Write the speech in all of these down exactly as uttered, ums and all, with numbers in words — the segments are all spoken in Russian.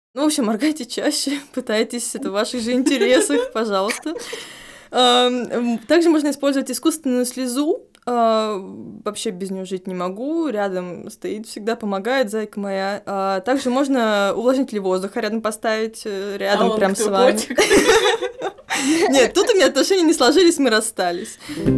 Ну, в общем, моргайте чаще, пытайтесь, это в ваших же интересах, пожалуйста. Ам, Также можно использовать искусственную слезу. А, Вообще без нее жить не могу. Рядом стоит, всегда помогает, зайка моя. А, Также можно увлажнитель воздуха рядом поставить, э, А рядом он прям кто, с вами. котик? Нет, тут у меня отношения не сложились, мы расстались.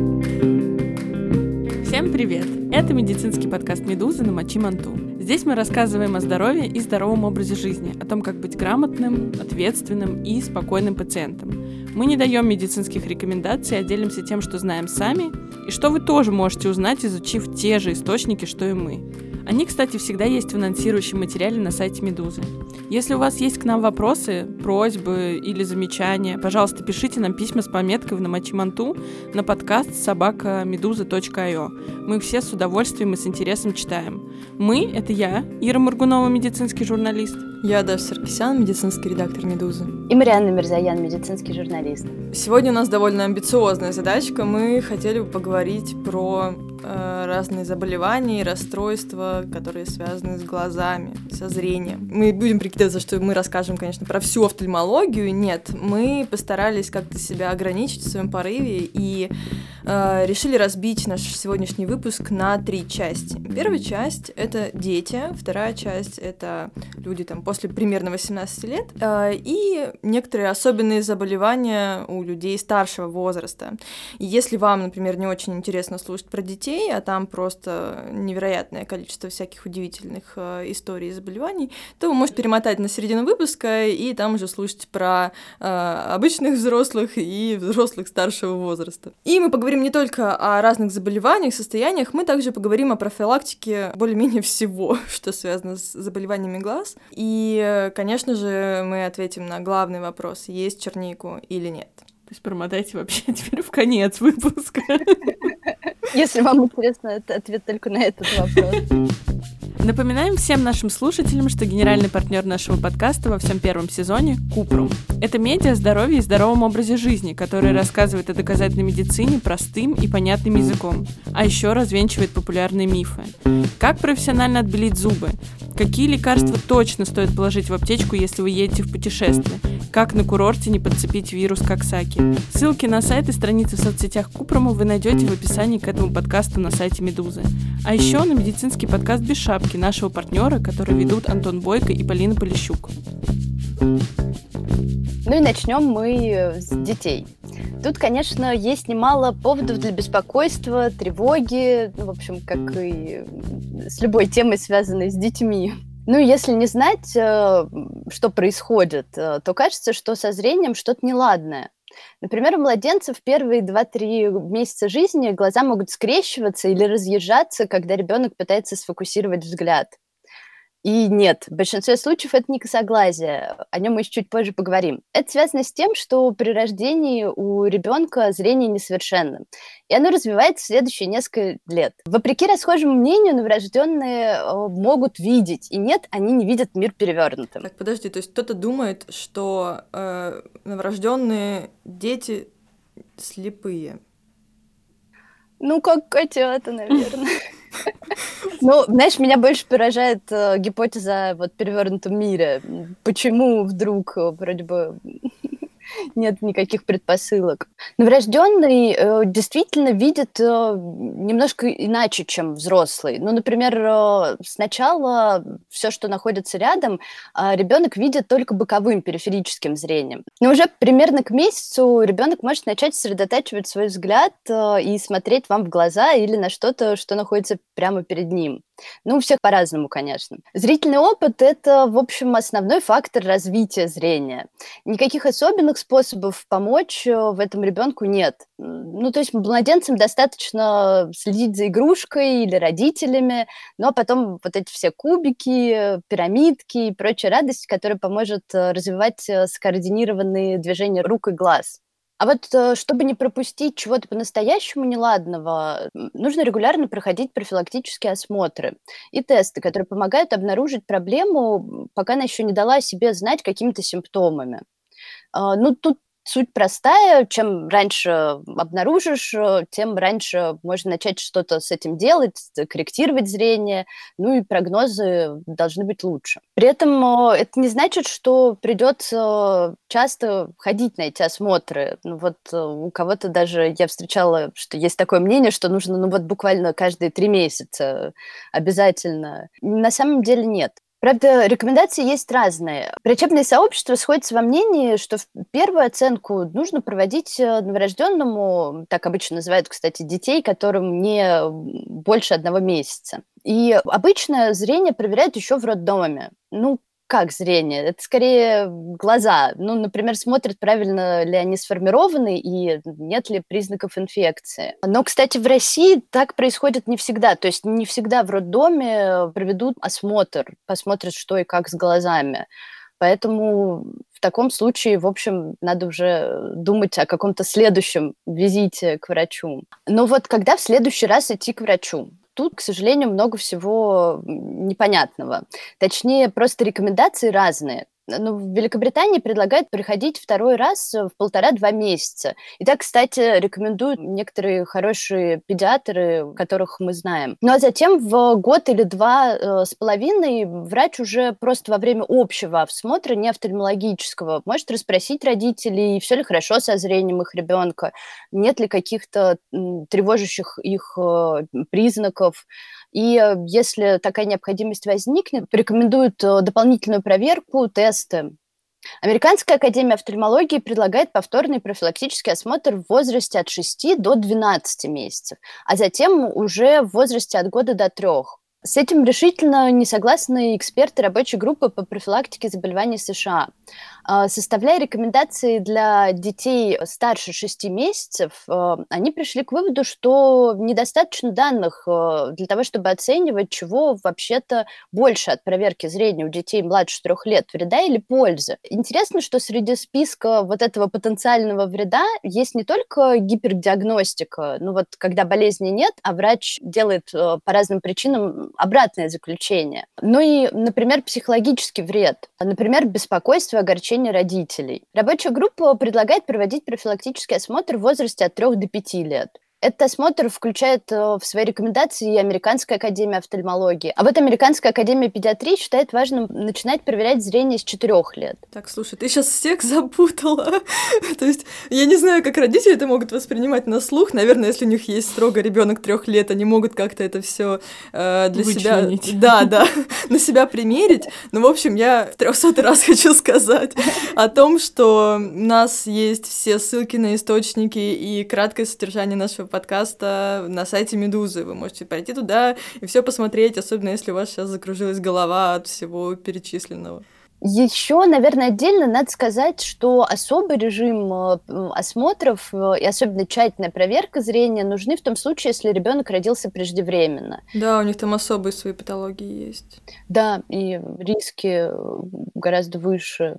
Всем привет! Это медицинский подкаст «Медузы» на Мочи Манту. Здесь мы рассказываем о здоровье и здоровом образе жизни, о том, как быть грамотным, ответственным и спокойным пациентом. Мы не даем медицинских рекомендаций, а делимся тем, что знаем сами, и что вы тоже можете узнать, изучив те же источники, что и мы. Они, кстати, всегда есть в анонсирующем материале на сайте «Медузы». Если у вас есть к нам вопросы, просьбы или замечания, пожалуйста, пишите нам письма с пометкой в «Намочи Манту» на подкаст собака медуза точка ай о. Мы их все с удовольствием и с интересом читаем. Мы — это я, Ира Моргунова, медицинский журналист. Я Даша Саркисян, медицинский редактор «Медузы». И Марианна Мирзаян, медицинский журналист. Сегодня у нас довольно амбициозная задачка. Мы хотели бы поговорить про э, разные заболевания и расстройства, которые связаны с глазами, со зрением. Мы будем прикидываться, что мы расскажем, конечно, про всю офтальмологию. Нет, мы постарались как-то себя ограничить в своем порыве и э, решили разбить наш сегодняшний выпуск на три части. Первая часть — это дети, вторая часть — это люди там после примерно восемнадцати лет, э, и некоторые особенные заболевания у людей старшего возраста. И если вам, например, не очень интересно слушать про детей, а там просто невероятное количество всяких удивительных э, историй и заболеваний, то вы можете перемотать на середину выпуска и там уже слушать про э, обычных взрослых и взрослых старшего возраста. И мы поговорим не только о разных заболеваниях, состояниях, мы также поговорим о профилактике более-менее всего, что связано с заболеваниями глаз. И, конечно же, мы ответим на главный вопрос: есть чернику или нет. То есть промотайте вообще теперь в конец выпуска. Если вам интересно, это ответ только на этот вопрос. Напоминаем всем нашим слушателям, что генеральный партнер нашего подкаста во всем первом сезоне — Купрум. Это медиа о здоровье и здоровом образе жизни, который рассказывает о доказательной медицине простым и понятным языком, а еще развенчивает популярные мифы. Как профессионально отбелить зубы? Какие лекарства точно стоит положить в аптечку, если вы едете в путешествие? Как на курорте не подцепить вирус Коксаки? Ссылки на сайт и страницы в соцсетях Купрума вы найдете в описании к этому подкасту на сайте Медузы. А еще на медицинский подкаст «Без шапки» нашего партнера, который ведут Антон Бойко и Полина Полищук. Ну и начнем мы с детей. Тут, конечно, есть немало поводов для беспокойства, тревоги, ну, в общем, как и с любой темой, связанной с детьми. Ну, если не знать, что происходит, то кажется, что со зрением что-то неладное. Например, у младенцев в первые два-три месяца жизни глаза могут скрещиваться или разъезжаться, когда ребенок пытается сфокусировать взгляд. И нет, в большинстве случаев это не косоглазие, о нем мы еще чуть позже поговорим. Это связано с тем, что при рождении у ребенка зрение несовершенно, и оно развивается в следующие несколько лет. Вопреки расхожему мнению, новорожденные могут видеть, и нет, они не видят мир перевернутым. Так, подожди, то есть кто-то думает, что э, новорожденные дети слепые? Ну, как котята, наверное. Ну, знаешь, меня больше поражает э, гипотеза вот, в перевернутом мире. Почему вдруг э, вроде бы нет никаких предпосылок? Новорожденный э, действительно видит э, немножко иначе, чем взрослый. Ну, например, э, сначала все, что находится рядом, э, ребенок видит только боковым периферическим зрением. Но уже примерно к месяцу ребенок может начать сосредотачивать свой взгляд э, и смотреть вам в глаза или на что-то, что находится прямо перед ним. Ну, у всех по-разному, конечно. Зрительный опыт – это, в общем, основной фактор развития зрения. Никаких особенных способов помочь в этом ребенку нет. Ну, то есть младенцам достаточно следить за игрушкой или родителями, ну, а потом вот эти все кубики, пирамидки и прочая радость, которая поможет развивать скоординированные движения рук и глаз. А вот чтобы не пропустить чего-то по-настоящему неладного, нужно регулярно проходить профилактические осмотры и тесты, которые помогают обнаружить проблему, пока она еще не дала о себе знать какими-то симптомами. Ну, тут Суть простая. Чем раньше обнаружишь, тем раньше можно начать что-то с этим делать, корректировать зрение, ну и прогнозы должны быть лучше. При этом это не значит, что придется часто ходить на эти осмотры. Ну вот у кого-то даже я встречала, что есть такое мнение, что нужно ну вот буквально каждые три месяца обязательно. На самом деле нет. Правда, рекомендации есть разные. Врачебное сообщество сходится во мнении, что первую оценку нужно проводить новорожденному, так обычно называют, кстати, детей, которым не больше одного месяца. И обычно зрение проверяют еще в роддоме. Ну, как зрение? Это скорее глаза. Ну, например, смотрят, правильно ли они сформированы и нет ли признаков инфекции. Но, кстати, в России так происходит не всегда. То есть не всегда в роддоме проведут осмотр, посмотрят, что и как с глазами. Поэтому в таком случае, в общем, надо уже думать о каком-то следующем визите к врачу. Но вот когда в следующий раз идти к врачу? Тут, к сожалению, много всего непонятного. Точнее, просто рекомендации разные. Но в Великобритании предлагают приходить второй раз в полтора-два месяца. И так, кстати, рекомендуют некоторые хорошие педиатры, которых мы знаем. Ну а затем в год или два э, с половиной врач уже просто во время общего осмотра, не офтальмологического, может расспросить родителей, все ли хорошо со зрением их ребенка, нет ли каких-то м, тревожащих их э, признаков. И если такая необходимость возникнет, порекомендуют дополнительную проверку, тесты. Американская академия офтальмологии предлагает повторный профилактический осмотр в возрасте от шести до двенадцати месяцев, а затем уже в возрасте от года до трех. С этим решительно не согласны эксперты рабочей группы по профилактике заболеваний США. Составляя рекомендации для детей старше шести месяцев, они пришли к выводу, что недостаточно данных для того, чтобы оценивать, чего вообще-то больше от проверки зрения у детей младше трех лет, вреда или пользы. Интересно, что среди списка вот этого потенциального вреда есть не только гипердиагностика, ну вот когда болезни нет, а врач делает по разным причинам обратное заключение, но и, например, психологический вред, например, беспокойство, огорчение родителей. Рабочая группа предлагает проводить профилактический осмотр в возрасте от трёх до пяти лет. Этот осмотр включает в свои рекомендации и Американская академия офтальмологии. А вот Американская академия педиатрии считает важным начинать проверять зрение с четырёх лет. Так, слушай, ты сейчас всех запутала. То есть я не знаю, как родители это могут воспринимать на слух. Наверное, если у них есть строго ребенок трех лет, они могут как-то это все э, для Вычленить. себя... Да, да, на себя примерить. Но, в общем, я в трехсотый раз хочу сказать о том, что у нас есть все ссылки на источники и краткое содержание нашего подкаста на сайте Медузы. Вы можете пойти туда и все посмотреть, особенно если у вас сейчас закружилась голова от всего перечисленного. Еще, наверное, отдельно надо сказать, что особый режим осмотров и особенно тщательная проверка зрения нужны в том случае, если ребенок родился преждевременно. Да, у них там особые свои патологии есть. Да, и риски гораздо выше.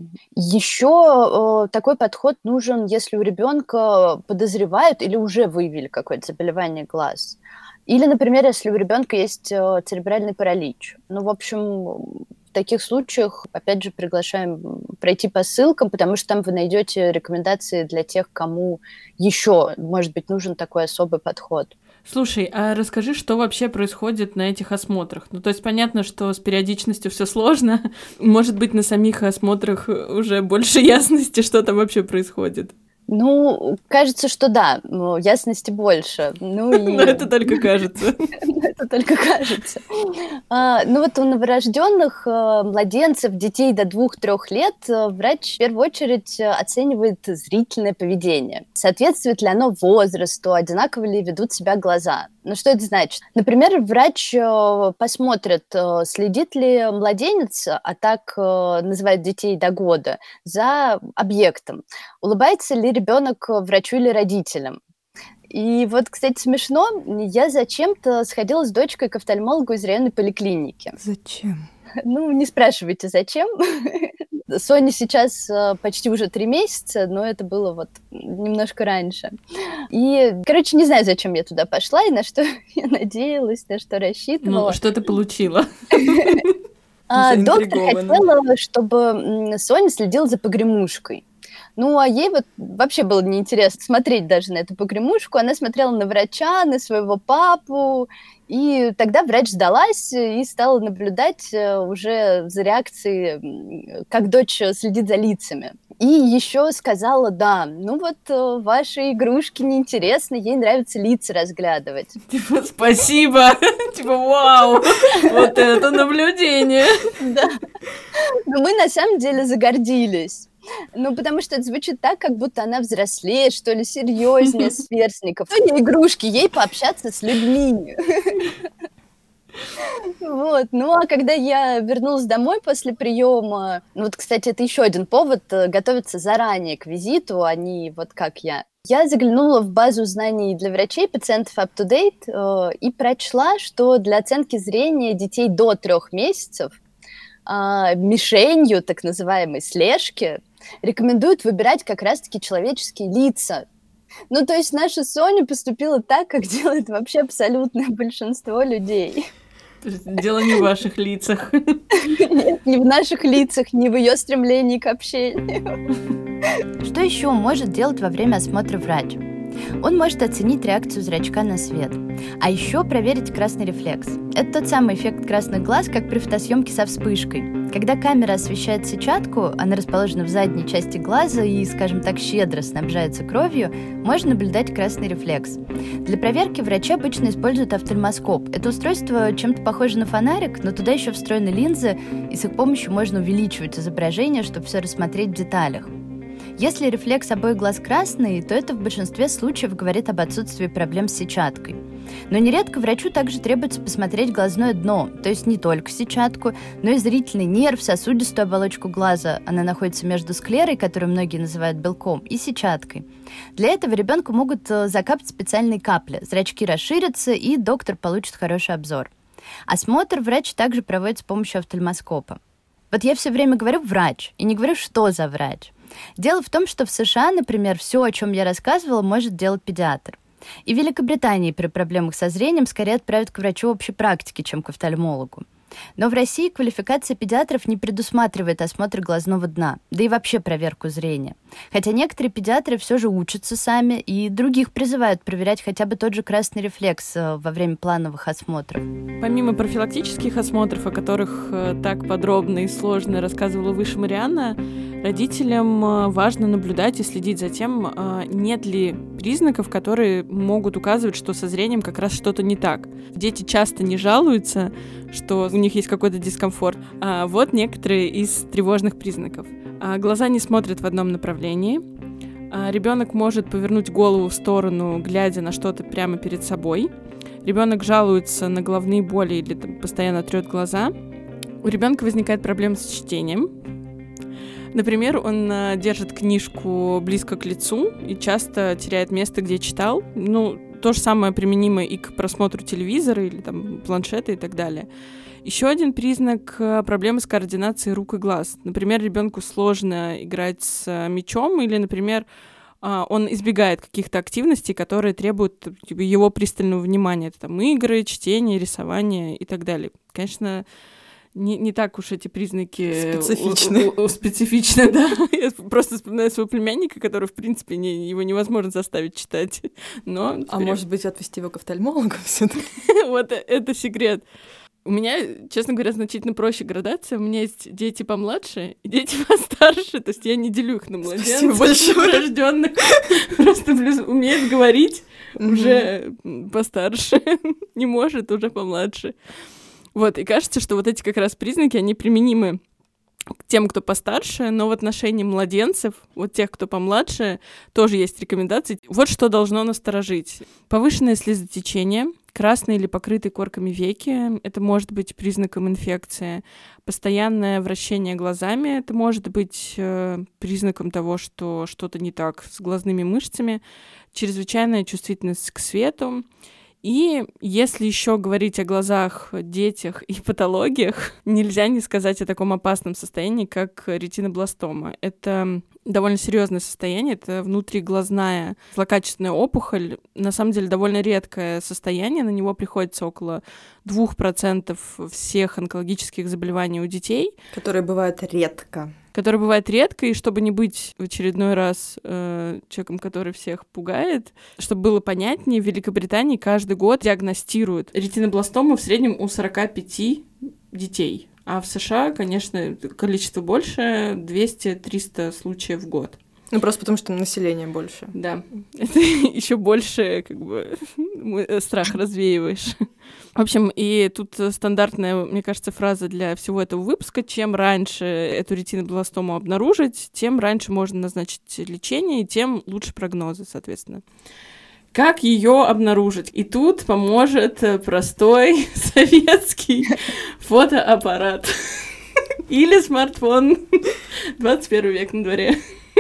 Еще такой подход нужен, если у ребенка подозревают или уже выявили какое-то заболевание глаз. Или, например, если у ребенка есть церебральный паралич. Ну, в общем, в таких случаях, опять же, приглашаем пройти по ссылкам, потому что там вы найдете рекомендации для тех, кому еще, может быть, нужен такой особый подход. Слушай, а расскажи, что вообще происходит на этих осмотрах? Ну, то есть понятно, что с периодичностью все сложно. Может быть, на самих осмотрах уже больше ясности, что там вообще происходит? Ну, кажется, что да, но ясности больше. Ну, и... Но это только кажется. Это только кажется. Ну вот у новорожденных младенцев, детей до двух-трех лет врач в первую очередь оценивает зрительное поведение. Соответствует ли оно возрасту, одинаково ли ведут себя глаза. Ну что это значит? Например, врач посмотрит, следит ли младенец, а так называют детей до года, за объектом. Улыбается ли ребенок врачу или родителям. И вот, кстати, смешно, я зачем-то сходила с дочкой к офтальмологу из районной поликлиники. Зачем? Ну, не спрашивайте, зачем. Соне сейчас почти уже три месяца, но это было вот немножко раньше. И, короче, не знаю, зачем я туда пошла и на что я надеялась, на что рассчитывала. Ну, что ты получила? Доктор хотела, чтобы Соня следила за погремушкой. Ну, а ей вот вообще было неинтересно смотреть даже на эту погремушку. Она смотрела на врача, на своего папу, и тогда врач сдалась и стала наблюдать уже за реакцией, как дочь следит за лицами. И еще сказала, да, ну вот ваши игрушки неинтересны, ей нравится лица разглядывать. Типа, спасибо! Типа, вау! Вот это наблюдение! Да. Но мы на самом деле загордились. Ну, потому что это звучит так, как будто она взрослее, что ли, серьезнее сверстников. Ну, не игрушки, ей пообщаться с людьми. Вот. Ну, а когда я вернулась домой после приема, ну, вот, кстати, это еще один повод готовиться заранее к визиту, а не вот как я. Я заглянула в базу знаний для врачей, пациентов UpToDate, э, и прочла, что для оценки зрения детей до трех месяцев э, мишенью так называемой слежки рекомендуют выбирать как раз-таки человеческие лица. Ну, то есть наша Соня поступила так, как делает вообще абсолютное большинство людей. То есть дело не в ваших лицах. Нет, не в наших лицах, не в ее стремлении к общению. Что еще может делать во время осмотра врач? Он может оценить реакцию зрачка на свет, а еще проверить красный рефлекс. Это тот самый эффект красных глаз, как при фотосъемке со вспышкой. Когда камера освещает сетчатку, она расположена в задней части глаза и, скажем так, щедро снабжается кровью, можно наблюдать красный рефлекс. Для проверки врачи обычно используют офтальмоскоп. Это устройство чем-то похоже на фонарик, но туда еще встроены линзы, и с их помощью можно увеличивать изображение, чтобы все рассмотреть в деталях. Если рефлекс обоих глаз красный, то это в большинстве случаев говорит об отсутствии проблем с сетчаткой. Но нередко врачу также требуется посмотреть глазное дно, то есть не только сетчатку, но и зрительный нерв, сосудистую оболочку глаза. Она находится между склерой, которую многие называют белком, и сетчаткой. Для этого ребенку могут закапать специальные капли, зрачки расширятся, и доктор получит хороший обзор. Осмотр врач также проводит с помощью офтальмоскопа. Вот я все время говорю «врач», и не говорю «что за врач». Дело в том, что в США, например, все, о чем я рассказывала, может делать педиатр. И в Великобритании при проблемах со зрением скорее отправят к врачу общей практики, чем к офтальмологу. Но в России квалификация педиатров не предусматривает осмотр глазного дна, да и вообще проверку зрения. Хотя некоторые педиатры все же учатся сами, и других призывают проверять хотя бы тот же красный рефлекс во время плановых осмотров. Помимо профилактических осмотров, о которых так подробно и сложно рассказывала выше Марианна, родителям важно наблюдать и следить за тем, нет ли признаков, которые могут указывать, что со зрением как раз что-то не так. Дети часто не жалуются, что у них есть какой-то дискомфорт. А вот некоторые из тревожных признаков. А глаза не смотрят в одном направлении. А ребенок может повернуть голову в сторону, глядя на что-то прямо перед собой. Ребенок жалуется на головные боли или там, постоянно трет глаза. У ребенка возникает проблема с чтением. Например, он а, держит книжку близко к лицу и часто теряет место, где читал. Ну, то же самое применимо и к просмотру телевизора или там, планшета и так далее. Еще один признак — проблемы с координацией рук и глаз. Например, ребенку сложно играть с мячом или, например, он избегает каких-то активностей, которые требуют его пристального внимания. Это там игры, чтение, рисование и так далее. Конечно, Не, не так уж эти признаки специфичны. У, у, у, специфичны, да. Я просто вспоминаю своего племянника, который, в принципе, не, его невозможно заставить читать. Но а может быть, отвезти его к офтальмологу все-таки? Вот это секрет. У меня, честно говоря, значительно проще градация. У меня есть дети помладше и дети постарше. То есть я не делю их на младенцев, рожденных. Просто умеет говорить уже постарше. Не может, уже помладше. Вот, и кажется, что вот эти как раз признаки, они применимы к тем, кто постарше, но в отношении младенцев, вот тех, кто помладше, тоже есть рекомендации. Вот что должно насторожить. Повышенное слезотечение, красные или покрытые корками веки, это может быть признаком инфекции. Постоянное вращение глазами, это может быть э, признаком того, что что-то не так с глазными мышцами. Чрезвычайная чувствительность к свету. И если еще говорить о глазах, детях и патологиях, нельзя не сказать о таком опасном состоянии, как ретинобластома. Это довольно серьезное состояние, это внутриглазная злокачественная опухоль. На самом деле довольно редкое состояние, на него приходится около двух процентов всех онкологических заболеваний у детей. Которые бывают редко. которое бывает редко, и чтобы не быть в очередной раз э, человеком, который всех пугает, чтобы было понятнее, в Великобритании каждый год диагностируют ретинобластому в среднем у сорок пять детей. А в США, конечно, количество больше, двести-триста случаев в год. Ну, просто потому что население больше. Да. Это еще больше, как бы, страх развеиваешь. В общем, и тут стандартная, мне кажется, фраза для всего этого выпуска: чем раньше эту ретинобластому обнаружить, тем раньше можно назначить лечение, и тем лучше прогнозы, соответственно. Как ее обнаружить? И тут поможет простой советский фотоаппарат. Или смартфон. двадцать первый век на дворе.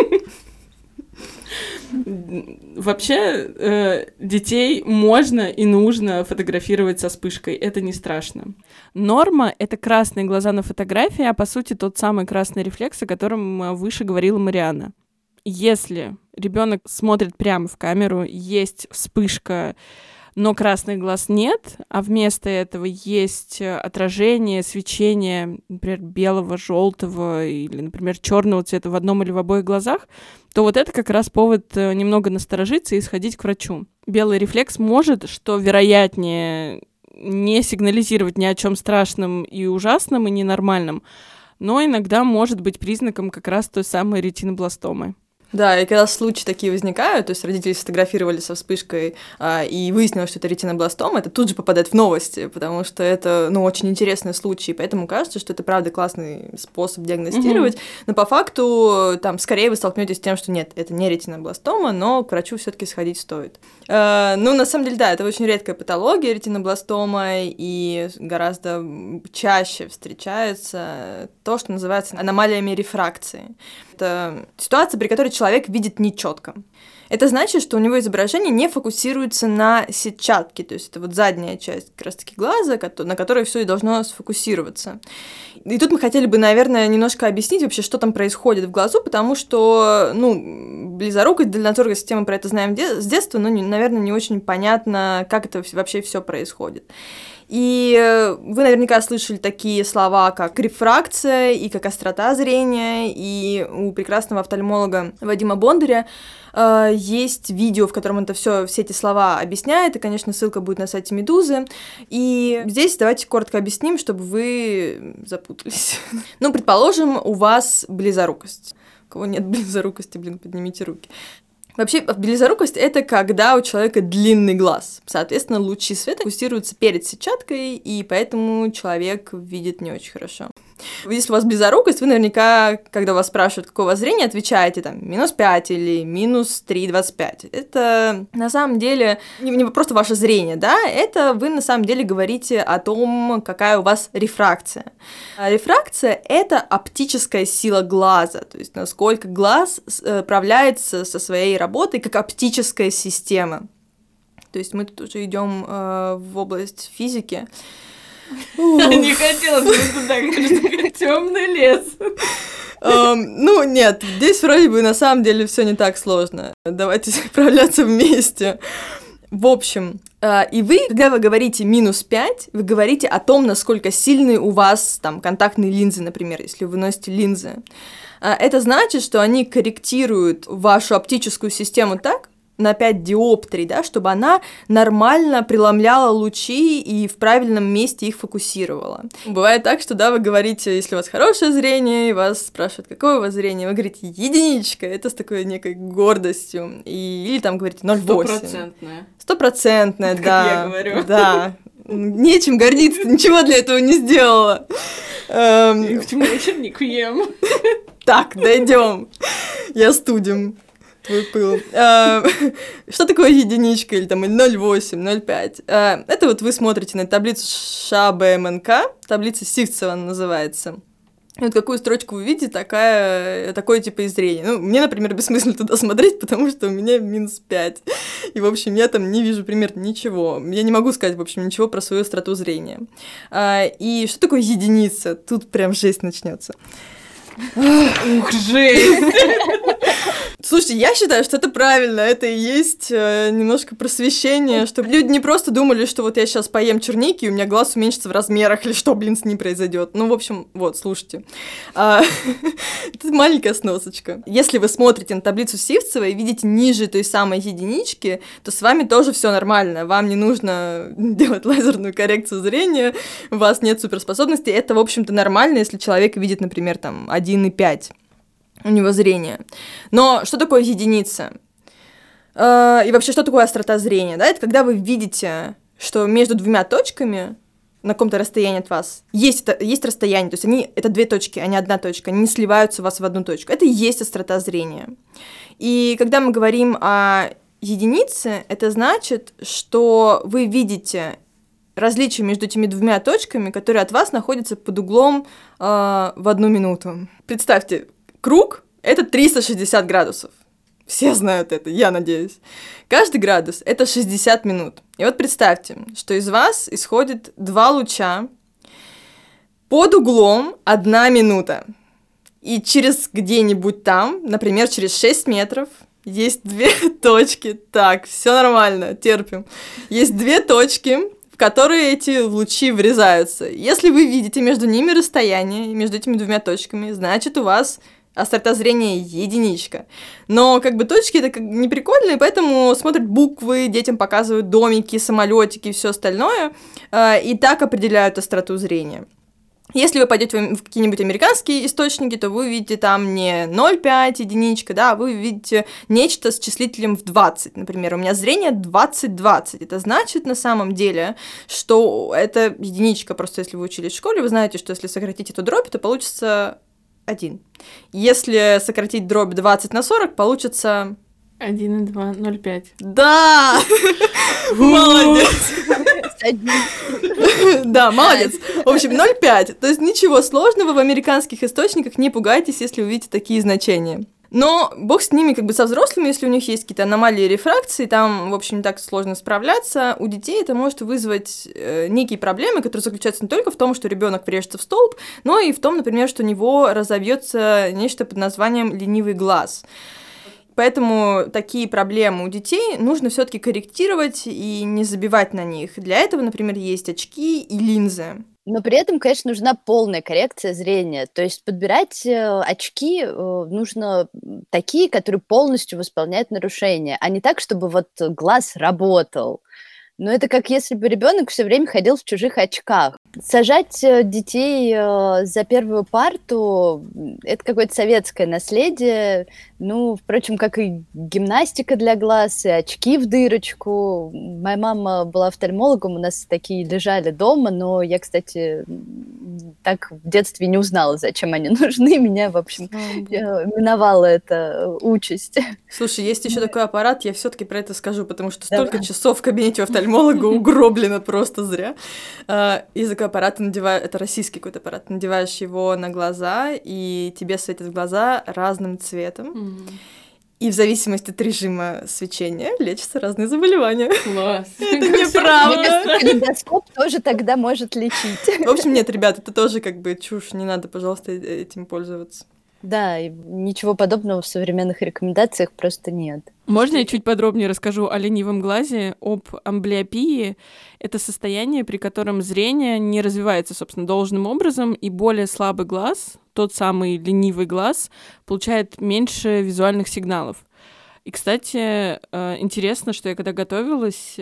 Вообще, э, детей можно и нужно фотографировать со вспышкой, это не страшно. Норма — это красные глаза на фотографии, а по сути тот самый красный рефлекс, о котором выше говорила Марианна. Если ребенок смотрит прямо в камеру, есть вспышка, но красных глаз нет, а вместо этого есть отражение, свечение, например, белого, желтого или, например, черного цвета в одном или в обоих глазах, то вот это как раз повод немного насторожиться и сходить к врачу. Белый рефлекс может, что вероятнее, не сигнализировать ни о чем страшном и ужасном и ненормальном, но иногда может быть признаком как раз той самой ретинобластомы. Да, и когда случаи такие возникают, то есть родители сфотографировали со вспышкой а, и выяснилось, что это ретинобластома, это тут же попадает в новости, потому что это, ну, очень интересный случай, поэтому кажется, что это, правда, классный способ диагностировать, mm-hmm. но по факту там скорее вы столкнетесь с тем, что нет, это не ретинобластома, но к врачу все-таки сходить стоит. А, ну, на самом деле, да, это очень редкая патология, ретинобластома, и гораздо чаще встречается то, что называется аномалиями рефракции. Это ситуация, при которой человек видит нечетко. Это значит, что у него изображение не фокусируется на сетчатке, то есть это вот задняя часть как раз-таки глаза, на которой все и должно сфокусироваться. И тут мы хотели бы, наверное, немножко объяснить вообще, что там происходит в глазу, потому что, ну, близорукость, дальнозоркая система, мы про это знаем с детства, но, наверное, не очень понятно, как это вообще все происходит. И вы наверняка слышали такие слова, как рефракция и как острота зрения, и у прекрасного офтальмолога Вадима Бондаря э, есть видео, в котором это все, все эти слова объясняет, и, конечно, ссылка будет на сайте Медузы. И здесь давайте коротко объясним, чтобы вы запутались. Ну, предположим, у вас близорукость. У кого нет близорукости, блин, поднимите руки. Вообще, близорукость — это когда у человека длинный глаз. Соответственно, лучи света фокусируются перед сетчаткой, и поэтому человек видит не очень хорошо. Если у вас близорукость, вы наверняка, когда вас спрашивают, какое у вас зрение, отвечаете там минус пять или минус три двадцать пять. Это на самом деле не, не просто ваше зрение, да, это вы на самом деле говорите о том, какая у вас рефракция. А рефракция — это оптическая сила глаза, то есть насколько глаз справляется со своей работой как оптическая система. То есть мы тут уже идем э, в область физики. Не хотела бы туда, конечно, темный лес. Um, ну, нет, здесь вроде бы на самом деле все не так сложно. Давайте справляться вместе. В общем, uh, и вы, когда вы говорите минус пять, вы говорите о том, насколько сильные у вас там контактные линзы, например, если вы носите линзы. Uh, это значит, что они корректируют вашу оптическую систему так, на пять диоптрий, да, чтобы она нормально преломляла лучи и в правильном месте их фокусировала. Бывает так, что, да, вы говорите, если у вас хорошее зрение, и вас спрашивают, какое у вас зрение, вы говорите единичка, это с такой некой гордостью, и, или там говорите ноль целых восемь. Стопроцентная. Стопроцентная, да. Как я говорю. Да. Нечем гордиться, ничего для этого не сделала. Почему я чернику ем? Так, дойдем. Я студим. Твой пыл. А, что такое единичка или там ноль целых восемь, ноль целых пять? А, это вот вы смотрите на таблицу ШАБМНК, таблица Сивцева называется. И вот какую строчку вы видите, такая, такое типа изрение. Ну, мне, например, бессмысленно туда смотреть, потому что у меня минус пять. И, в общем, я там не вижу примерно ничего. Я не могу сказать, в общем, ничего про свою остроту зрения. А, и что такое единица? Тут прям жесть начнется. Ух, жесть! Слушайте, я считаю, что это правильно, это и есть э, немножко просвещение, чтобы люди не просто думали, что вот я сейчас поем черники, и у меня глаз уменьшится в размерах, или что, блин, с ним произойдет. Ну, в общем, вот, слушайте. А, это маленькая сносочка. Если вы смотрите на таблицу Сивцева и видите ниже той самой единички, то с вами тоже все нормально. Вам не нужно делать лазерную коррекцию зрения, у вас нет суперспособностей. Это, в общем-то, нормально, если человек видит, например, там, один и пять. У него зрение. Но что такое единица? Э, и вообще, что такое острота зрения? Да? Это когда вы видите, что между двумя точками на каком-то расстоянии от вас есть, есть расстояние, то есть они, это две точки, а не одна точка, они не сливаются у вас в одну точку. Это и есть острота зрения. И когда мы говорим о единице, это значит, что вы видите различие между этими двумя точками, которые от вас находятся под углом э, в одну минуту. Представьте, круг — это триста шестьдесят градусов. Все знают это, я надеюсь. Каждый градус — это шестьдесят минут. И вот представьте, что из вас исходит два луча под углом одна минута. И через где-нибудь там, например, через шесть метров, есть две точки. Так, все нормально, терпим. Есть две точки, в которые эти лучи врезаются. Если вы видите между ними расстояние, между этими двумя точками, значит, у вас острота зрения единичка. Но как бы точки это как не прикольно, и поэтому смотрят буквы, детям показывают домики, самолетики и все остальное, и так определяют остроту зрения. Если вы пойдете в какие-нибудь американские источники, то вы видите там не ноль целых пять единичка, да, вы видите нечто с числителем в двадцать. Например, у меня зрение двадцать двадцать. Это значит на самом деле, что это единичка. Просто если вы учились в школе, вы знаете, что если сократить эту дробь, то получится один. Если сократить дробь двадцать на сорок, получится... один и два, ноль целых пять. Да! Молодец! Да, молодец. В общем, ноль целых пять. То есть ничего сложного в американских источниках, не пугайтесь, если увидите такие значения. Но бог с ними, как бы со взрослыми, если у них есть какие-то аномалии рефракции, там, в общем, не так сложно справляться. У детей это может вызвать э, некие проблемы, которые заключаются не только в том, что ребенок врежется в столб, но и в том, например, что у него разовьется нечто под названием ленивый глаз. Поэтому такие проблемы у детей нужно все-таки корректировать и не забивать на них. Для этого, например, есть очки и линзы. Но при этом, конечно, нужна полная коррекция зрения. То есть подбирать э, очки э, нужно такие, которые полностью восполняют нарушения, а не так, чтобы вот глаз работал. Но это как если бы ребенок все время ходил в чужих очках. Сажать детей э, за первую парту – это какое-то советское наследие. Ну, впрочем, как и гимнастика для глаз, и очки в дырочку. Моя мама была офтальмологом, у нас такие лежали дома, но я, кстати, так в детстве не узнала, зачем они нужны. Меня, в общем, миновала эта участь. Слушай, есть еще такой аппарат, я все-таки про это скажу, потому что столько Давай. часов в кабинете у офтальмолога угроблено просто зря. Из такой аппарат надеваешь, это российский какой-то аппарат, надеваешь его на глаза, и тебе светят в глаза разным цветом. Mm. И в зависимости от режима свечения лечатся разные заболевания. Класс. Это неправда. Калейдоскоп тоже тогда может лечить. В общем, нет, ребят, это тоже как бы чушь, не надо, пожалуйста, этим пользоваться. Да, и ничего подобного в современных рекомендациях просто нет. Можно я чуть подробнее расскажу о ленивом глазе, об амблиопии? Это состояние, при котором зрение не развивается, собственно, должным образом, и более слабый глаз, тот самый ленивый глаз, получает меньше визуальных сигналов. И, кстати, интересно, что я когда готовилась...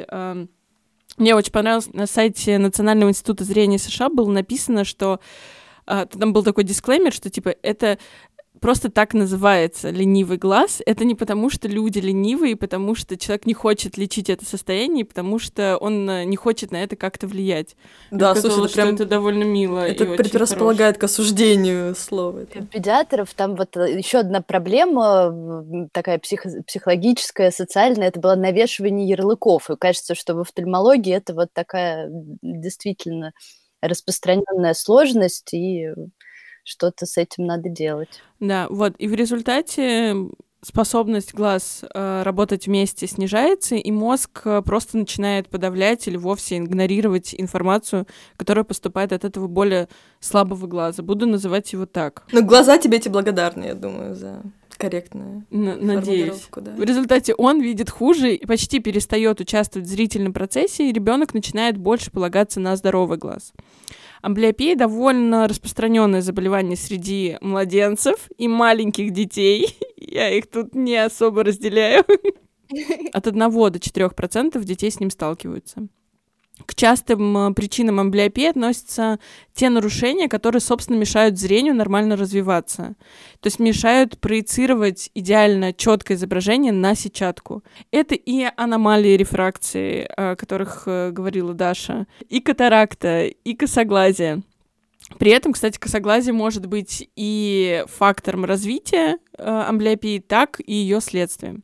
Мне очень понравилось, на сайте Национального института зрения США было написано, что там был такой дисклеймер, что типа это просто так называется ленивый глаз. Это не потому, что люди ленивые, потому что человек не хочет лечить это состояние, потому что он не хочет на это как-то влиять. Да, слушай, это прям это довольно мило. Это предрасполагает к осуждению слова. У педиатров там вот еще одна проблема, такая психо- психологическая, социальная, это было навешивание ярлыков. И кажется, что в офтальмологии это вот такая действительно распространенная сложность, и что-то с этим надо делать. Да, вот, и в результате способность глаз э, работать вместе снижается, и мозг просто начинает подавлять или вовсе игнорировать информацию, которая поступает от этого более слабого глаза. Буду называть его так. Ну, глаза тебе эти благодарны, я думаю, за корректная Н- надеюсь. Да. В результате он видит хуже и почти перестает участвовать в зрительном процессе, и ребенок начинает больше полагаться на здоровый глаз. Амблиопия довольно распространенное заболевание среди младенцев и маленьких детей. Я их тут не особо разделяю. От одного до четырёх процентов детей с ним сталкиваются. К частым причинам амблиопии относятся те нарушения, которые, собственно, мешают зрению нормально развиваться. То есть мешают проецировать идеально четкое изображение на сетчатку. Это и аномалии рефракции, о которых говорила Даша, и катаракта, и косоглазие. При этом, кстати, косоглазие может быть и фактором развития амблиопии, так и ее следствием.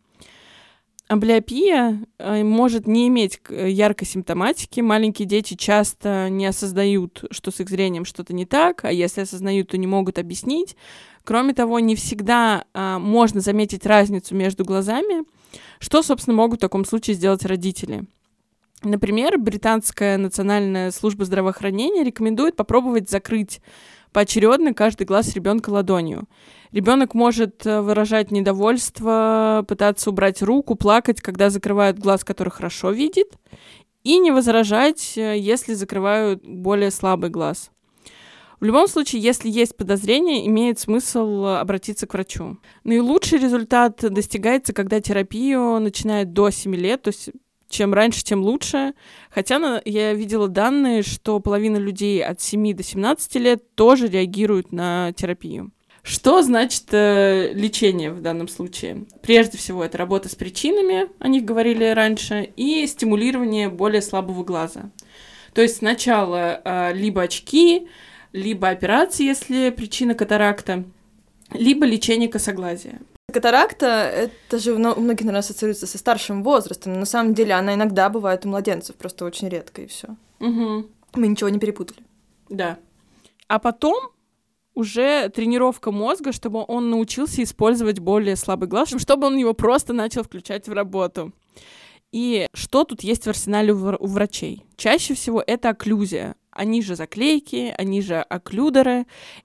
Амблиопия э, может не иметь яркой симптоматики. Маленькие дети часто не осознают, что с их зрением что-то не так, а если осознают, то не могут объяснить. Кроме того, не всегда э, можно заметить разницу между глазами, что, собственно, могут в таком случае сделать родители. Например, Британская национальная служба здравоохранения рекомендует попробовать закрыть поочередно каждый глаз ребенка ладонью. Ребенок может выражать недовольство, пытаться убрать руку, плакать, когда закрывают глаз, который хорошо видит, и не возражать, если закрывают более слабый глаз. В любом случае, если есть подозрение, имеет смысл обратиться к врачу. Наилучший результат достигается, когда терапию начинают до семи лет, то есть чем раньше, тем лучше. Хотя я видела данные, что половина людей от семи до семнадцати лет тоже реагируют на терапию. Что значит э, лечение в данном случае? Прежде всего, это работа с причинами, о них говорили раньше, и стимулирование более слабого глаза. То есть сначала э, либо очки, либо операции, если причина катаракта, либо лечение косоглазия. Катаракта, это же у многих, наверное, ассоциируется со старшим возрастом, но на самом деле она иногда бывает у младенцев, просто очень редко, и все. Угу. Мы ничего не перепутали. Да. А потом уже тренировка мозга, чтобы он научился использовать более слабый глаз, чтобы он его просто начал включать в работу. И что тут есть в арсенале у врачей? Чаще всего это окклюзия. Они же заклейки, они же окклюдеры.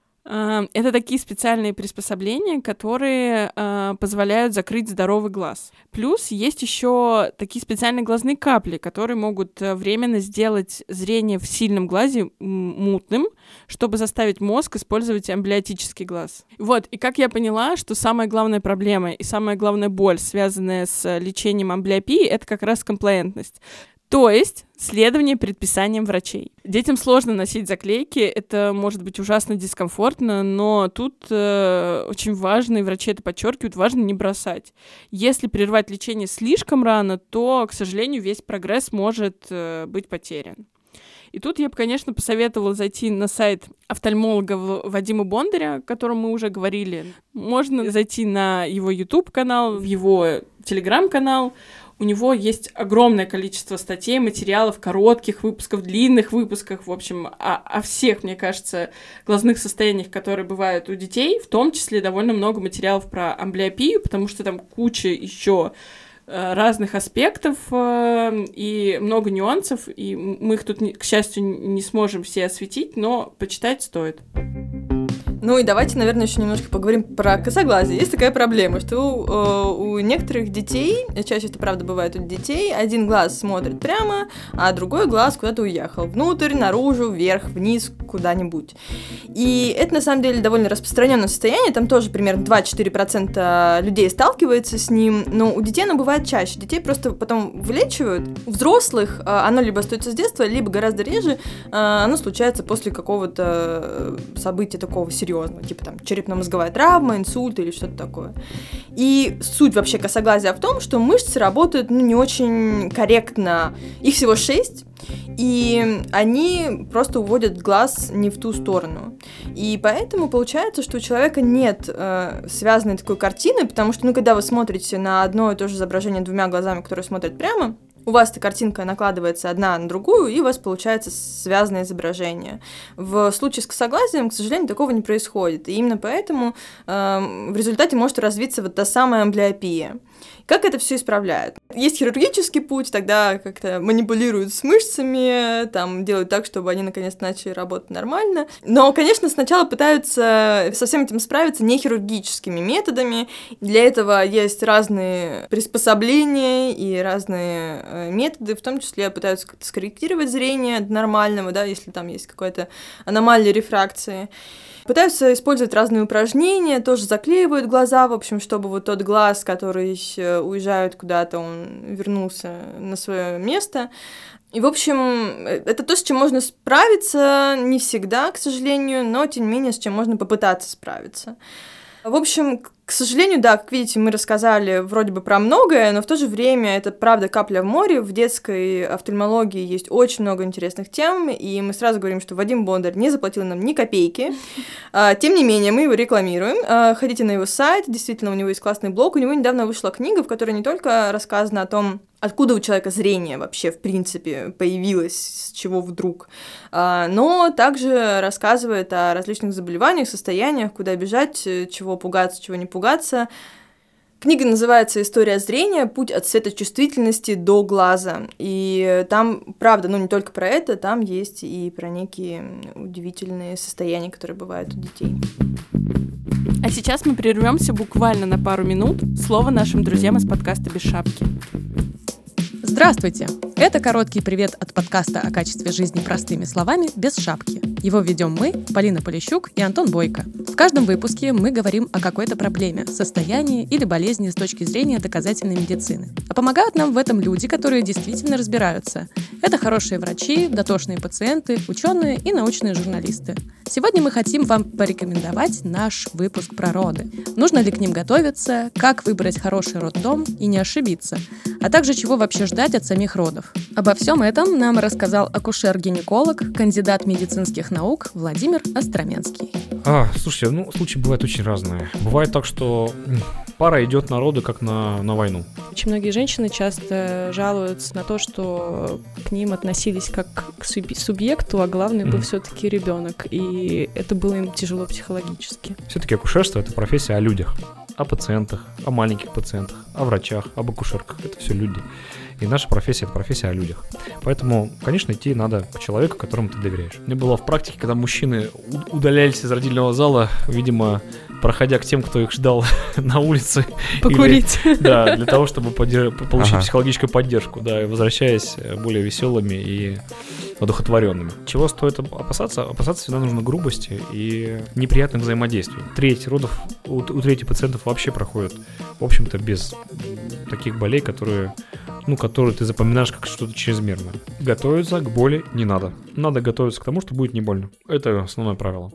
Это такие специальные приспособления, которые э, позволяют закрыть здоровый глаз. Плюс есть еще такие специальные глазные капли, которые могут временно сделать зрение в сильном глазе мутным, чтобы заставить мозг использовать амблиотический глаз. Вот, и как я поняла, что самая главная проблема и самая главная боль, связанная с лечением амблиопии, это как раз комплаентность. То есть следование предписаниям врачей. Детям сложно носить заклейки, это может быть ужасно дискомфортно, но тут э, очень важно, и врачи это подчеркивают, важно не бросать. Если прервать лечение слишком рано, то, к сожалению, весь прогресс может э, быть потерян. И тут я бы, конечно, посоветовала зайти на сайт офтальмолога Вадима Бондаря, о котором мы уже говорили. Можно зайти на его YouTube-канал, в его Telegram-канал. У него есть огромное количество статей, материалов, коротких выпусков, длинных выпусков, в общем, о, о всех, мне кажется, глазных состояниях, которые бывают у детей, в том числе довольно много материалов про амблиопию, потому что там куча еще э, разных аспектов э, и много нюансов, и мы их тут, к счастью, не сможем все осветить, но почитать стоит. Ну и давайте, наверное, еще немножко поговорим про косоглазие. Есть такая проблема, что у, у некоторых детей, чаще это правда бывает у детей, один глаз смотрит прямо, а другой глаз куда-то уехал. Внутрь, наружу, вверх, вниз, куда-нибудь. И это, на самом деле, довольно распространенное состояние. Там тоже примерно два-четыре процента людей сталкиваются с ним, но у детей оно бывает чаще. Детей просто потом вылечивают. У взрослых оно либо остается с детства, либо гораздо реже оно случается после какого-то события такого серьезного. Типа там черепно-мозговая травма, инсульт или что-то такое. И суть вообще косоглазия в том, что мышцы работают ну, не очень корректно. Их всего шесть, и они просто уводят глаз не в ту сторону. И поэтому получается, что у человека нет э, связанной такой картины, потому что, ну, когда вы смотрите на одно и то же изображение двумя глазами, которые смотрят прямо, У вас эта картинка накладывается одна на другую, и у вас получается связанное изображение. В случае с косоглазием, к сожалению, такого не происходит. И именно поэтому э, в результате может развиться вот та самая амблиопия. Как это все исправляют? Есть хирургический путь, тогда как-то манипулируют с мышцами, там, делают так, чтобы они наконец-то начали работать нормально. Но, конечно, сначала пытаются со всем этим справиться не хирургическими методами. Для этого есть разные приспособления и разные методы, в том числе пытаются как-то скорректировать зрение до нормального, да, если там есть какая-то аномалия рефракции. Пытаются использовать разные упражнения, тоже заклеивают глаза, в общем, чтобы вот тот глаз, который уезжает куда-то, он вернулся на свое место. И, в общем, это то, с чем можно справиться, не всегда, к сожалению, но, тем не менее, с чем можно попытаться справиться. В общем, к сожалению, да, как видите, мы рассказали вроде бы про многое, но в то же время это, правда, капля в море. В детской офтальмологии есть очень много интересных тем, и мы сразу говорим, что Вадим Бондарь не заплатил нам ни копейки. Тем не менее, мы его рекламируем. Ходите на его сайт, действительно, у него есть классный блог. У него недавно вышла книга, в которой не только рассказано о том, откуда у человека зрение вообще, в принципе, появилось, с чего вдруг, но также рассказывает о различных заболеваниях, состояниях, куда бежать, чего пугаться, чего не пугаться. Книга называется «История зрения. Путь от светочувствительности до глаза». И там, правда, ну не только про это, там есть и про некие удивительные состояния, которые бывают у детей. А сейчас мы прервемся буквально на пару минут. Слово нашим друзьям из подкаста «Без шапки». Здравствуйте! Это короткий привет от подкаста о качестве жизни простыми словами без шапки. Его ведем мы, Полина Полищук и Антон Бойко. В каждом выпуске мы говорим о какой-то проблеме, состоянии или болезни с точки зрения доказательной медицины. А помогают нам в этом люди, которые действительно разбираются. Это хорошие врачи, дотошные пациенты, ученые и научные журналисты. Сегодня мы хотим вам порекомендовать наш выпуск про роды. Нужно ли к ним готовиться, как выбрать хороший роддом и не ошибиться, а также чего вообще ждать от самих родов. Обо всем этом нам рассказал акушер-гинеколог, кандидат медицинских наук Владимир Остроменский. А, слушайте, ну, случаи бывают очень разные. Бывает так, что пара идет на роды, как на, на войну. Очень многие женщины часто жалуются на то, что к ним относились как к субъекту, а главный был mm. все-таки ребенок, и это было им тяжело психологически. Все-таки акушерство — это профессия о людях, о пациентах, о маленьких пациентах, о врачах, об акушерках. Это все люди. И наша профессия — это профессия о людях. Поэтому, конечно, идти надо к человеку, которому ты доверяешь. У меня было в практике, когда мужчины удалялись из родильного зала, видимо, проходя к тем, кто их ждал на улице. Покурить. Или, да, для того, чтобы подер... получить ага. психологическую поддержку, да, и возвращаясь более веселыми и одухотворенными. Чего стоит опасаться? Опасаться всегда нужно грубости и неприятных взаимодействий. Треть родов у, у трети пациентов вообще проходит, в общем-то, без таких болей, которые, ну, которые ты запоминаешь как что-то чрезмерное. Готовиться к боли не надо. Надо готовиться к тому, что будет не больно. Это основное правило.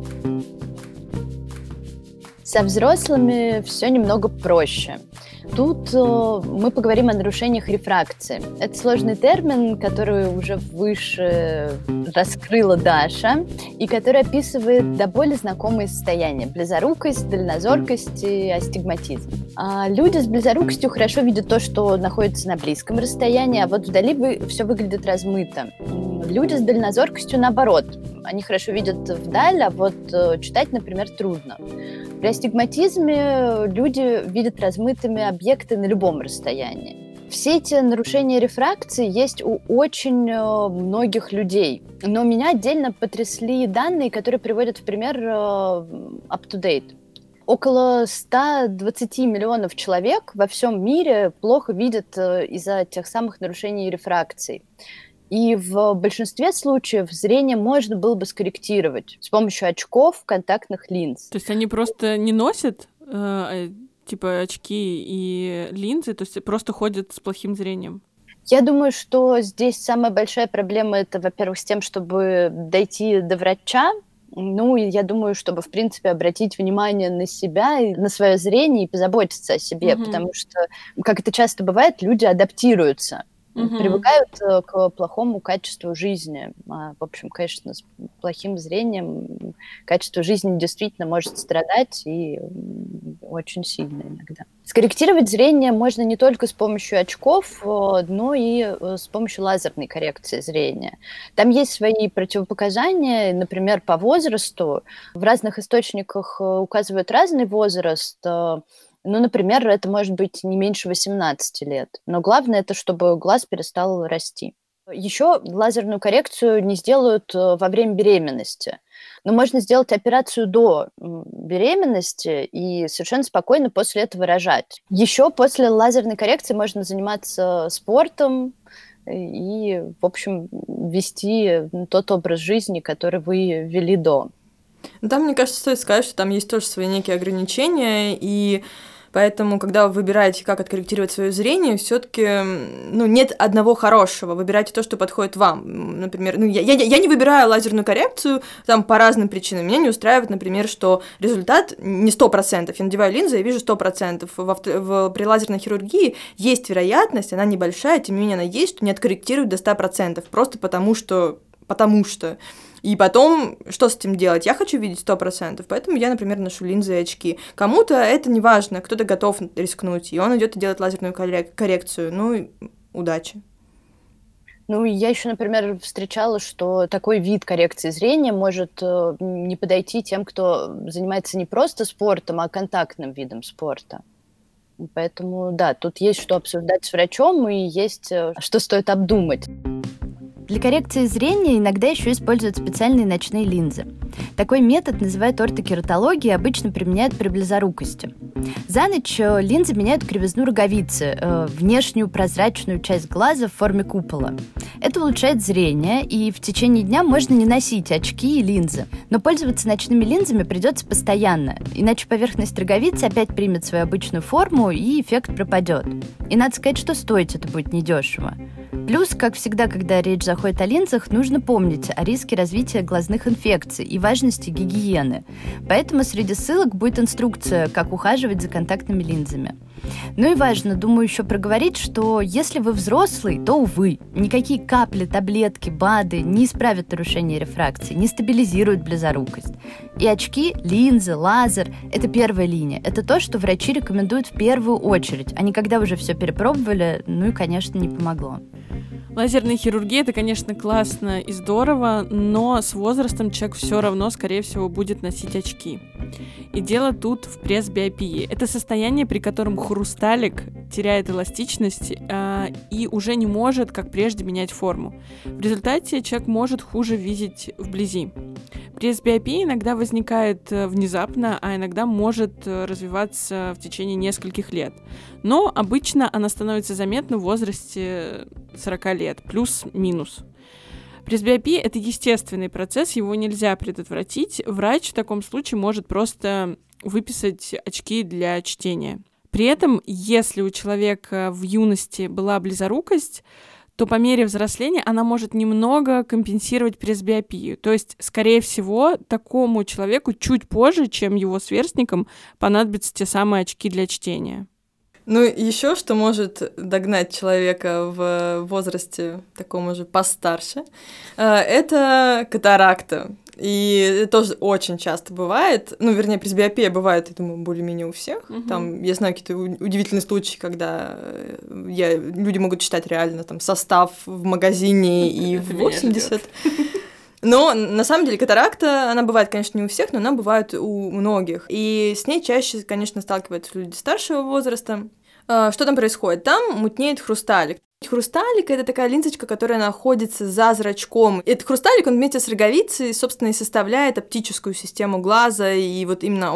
Со взрослыми все немного проще. Тут э, мы поговорим о нарушениях рефракции. Это сложный термин, который уже выше раскрыла Даша, и который описывает до боли знакомые состояния: близорукость, дальнозоркость и астигматизм. А люди с близорукостью хорошо видят то, что находится на близком расстоянии, а вот вдали вы, все выглядит размыто. Люди с дальнозоркостью наоборот. Они хорошо видят вдаль, а вот э, читать, например, трудно. При астигматизме люди видят размытыми объекты на любом расстоянии. Все эти нарушения рефракции есть у очень э, многих людей. Но меня отдельно потрясли данные, которые приводят в пример э, up-to-date. Около сто двадцать миллионов человек во всем мире плохо видят э, из-за тех самых нарушений рефракции. И в большинстве случаев зрение можно было бы скорректировать с помощью очков, контактных линз. То есть они просто не носят э, типа очки и линзы, то есть просто ходят с плохим зрением? Я думаю, что здесь самая большая проблема — это, во-первых, с тем, чтобы дойти до врача. Ну, и я думаю, чтобы, в принципе, обратить внимание на себя, и на свое зрение и позаботиться о себе, mm-hmm. потому что, как это часто бывает, люди адаптируются. Мгм. привыкают э, к плохому качеству жизни. А, В общем, конечно, с плохим зрением м, качество жизни действительно может страдать и м, очень сильно иногда. Скорректировать зрение можно не только с помощью очков, э, но и э, с помощью лазерной коррекции зрения. Там есть свои противопоказания, например, по возрасту. В разных источниках э, указывают разный возраст. э, Ну, например, это может быть не меньше восемнадцати лет. Но главное это, чтобы глаз перестал расти. Еще лазерную коррекцию не сделают э, во время беременности. Но можно сделать операцию до м, беременности и совершенно спокойно после этого рожать. Еще после лазерной коррекции можно заниматься спортом и, в общем, вести тот образ жизни, который вы вели до. Ну, там, мне кажется, стоит сказать, что там есть тоже свои некие ограничения, и поэтому, когда вы выбираете, как откорректировать свое зрение, все-таки, ну, нет одного хорошего. Выбирайте то, что подходит вам. М, Например, ну, я, я, я не выбираю лазерную коррекцию там по разным причинам. Меня не устраивает, например, что результат не сто процентов. Я надеваю линзы, я вижу сто процентов. В, авто- в- при лазерной хирургии есть вероятность, она небольшая, тем не менее она есть, что не откорректируют до ста процентов. Просто потому что... Потому что... И потом, что с этим делать? Я хочу видеть сто процентов, поэтому я, например, ношу линзы и очки. Кому-то это не важно, кто-то готов рискнуть, и он идет и делает лазерную коррек- коррекцию. Ну, и удачи. Ну, и я еще, например, встречала, что такой вид коррекции зрения может э, не подойти тем, кто занимается не просто спортом, а контактным видом спорта. Поэтому, да, тут есть что обсуждать с врачом и есть э, что стоит обдумать. Для коррекции зрения иногда еще используют специальные ночные линзы. Такой метод называют ортокератологией и обычно применяют при близорукости. За ночь э, линзы меняют кривизну роговицы, э, внешнюю прозрачную часть глаза в форме купола. Это улучшает зрение, и в течение дня можно не носить очки и линзы. Но пользоваться ночными линзами придется постоянно, иначе поверхность роговицы опять примет свою обычную форму, и эффект пропадет. И надо сказать, что стоить это будет недешево. Плюс, как всегда, когда речь заходит о линзах, нужно помнить о риске развития глазных инфекций и важности гигиены. Поэтому среди ссылок будет инструкция, как ухаживать за контактными линзами. Ну и важно, думаю, еще проговорить, что если вы взрослый, то, увы, никакие капли, таблетки, БАДы не исправят нарушение рефракции, не стабилизируют близорукость. И очки, линзы, лазер – это первая линия. Это то, что врачи рекомендуют в первую очередь, а не когда уже все перепробовали, ну и, конечно, не помогло. Лазерная хирургия — это, конечно, классно и здорово, но с возрастом человек все равно, скорее всего, будет носить очки. И дело тут в пресбиопии. Это состояние, при котором хрусталик теряет эластичность э, и уже не может, как прежде, менять форму. В результате человек может хуже видеть вблизи. Пресбиопия иногда возникает внезапно, а иногда может развиваться в течение нескольких лет. Но обычно она становится заметна в возрасте сорок лет, плюс-минус. Пресбиопия — это естественный процесс, его нельзя предотвратить. Врач в таком случае может просто выписать очки для чтения. При этом, если у человека в юности была близорукость, то по мере взросления она может немного компенсировать пресбиопию. То есть, скорее всего, такому человеку чуть позже, чем его сверстникам, понадобятся те самые очки для чтения. Ну, еще что может догнать человека в возрасте таком же постарше, это катаракта. И это тоже очень часто бывает. Ну, вернее, пресбиопия бывает, я думаю, более-менее у всех. Uh-huh. Там, я знаю какие-то удивительные случаи, когда я, люди могут читать реально там состав в магазине и в восемьдесят. Но на самом деле катаракта, она бывает, конечно, не у всех, но она бывает у многих. И с ней чаще, конечно, сталкиваются люди старшего возраста. Что там происходит? Там мутнеет хрусталик. Хрусталик — это такая линзочка, которая находится за зрачком. Этот хрусталик, он вместе с роговицей, собственно, и составляет оптическую систему глаза, и вот именно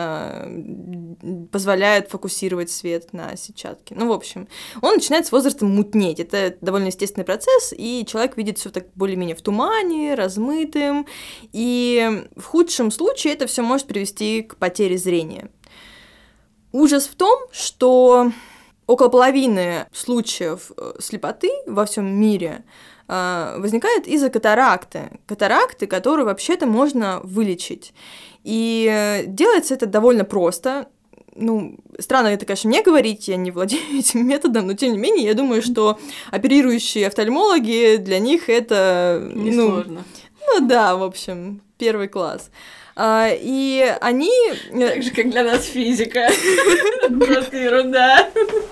он позволяет фокусировать свет на сетчатке. Ну, в общем, он начинает с возрастом мутнеть. Это довольно естественный процесс, и человек видит все так более-менее в тумане, размытым, и в худшем случае это все может привести к потере зрения. Ужас в том, что около половины случаев слепоты во всем мире э, возникает из-за катаракты. Катаракты, которую вообще-то можно вылечить. И делается это довольно просто. ну, странно это, конечно, мне говорить, я не владею этим методом, но тем не менее, я думаю, что оперирующие офтальмологи, для них это... Несложно. Ну, ну да, в общем, первый класс. А, и они... Так же, как для нас физика. Просто ерунда.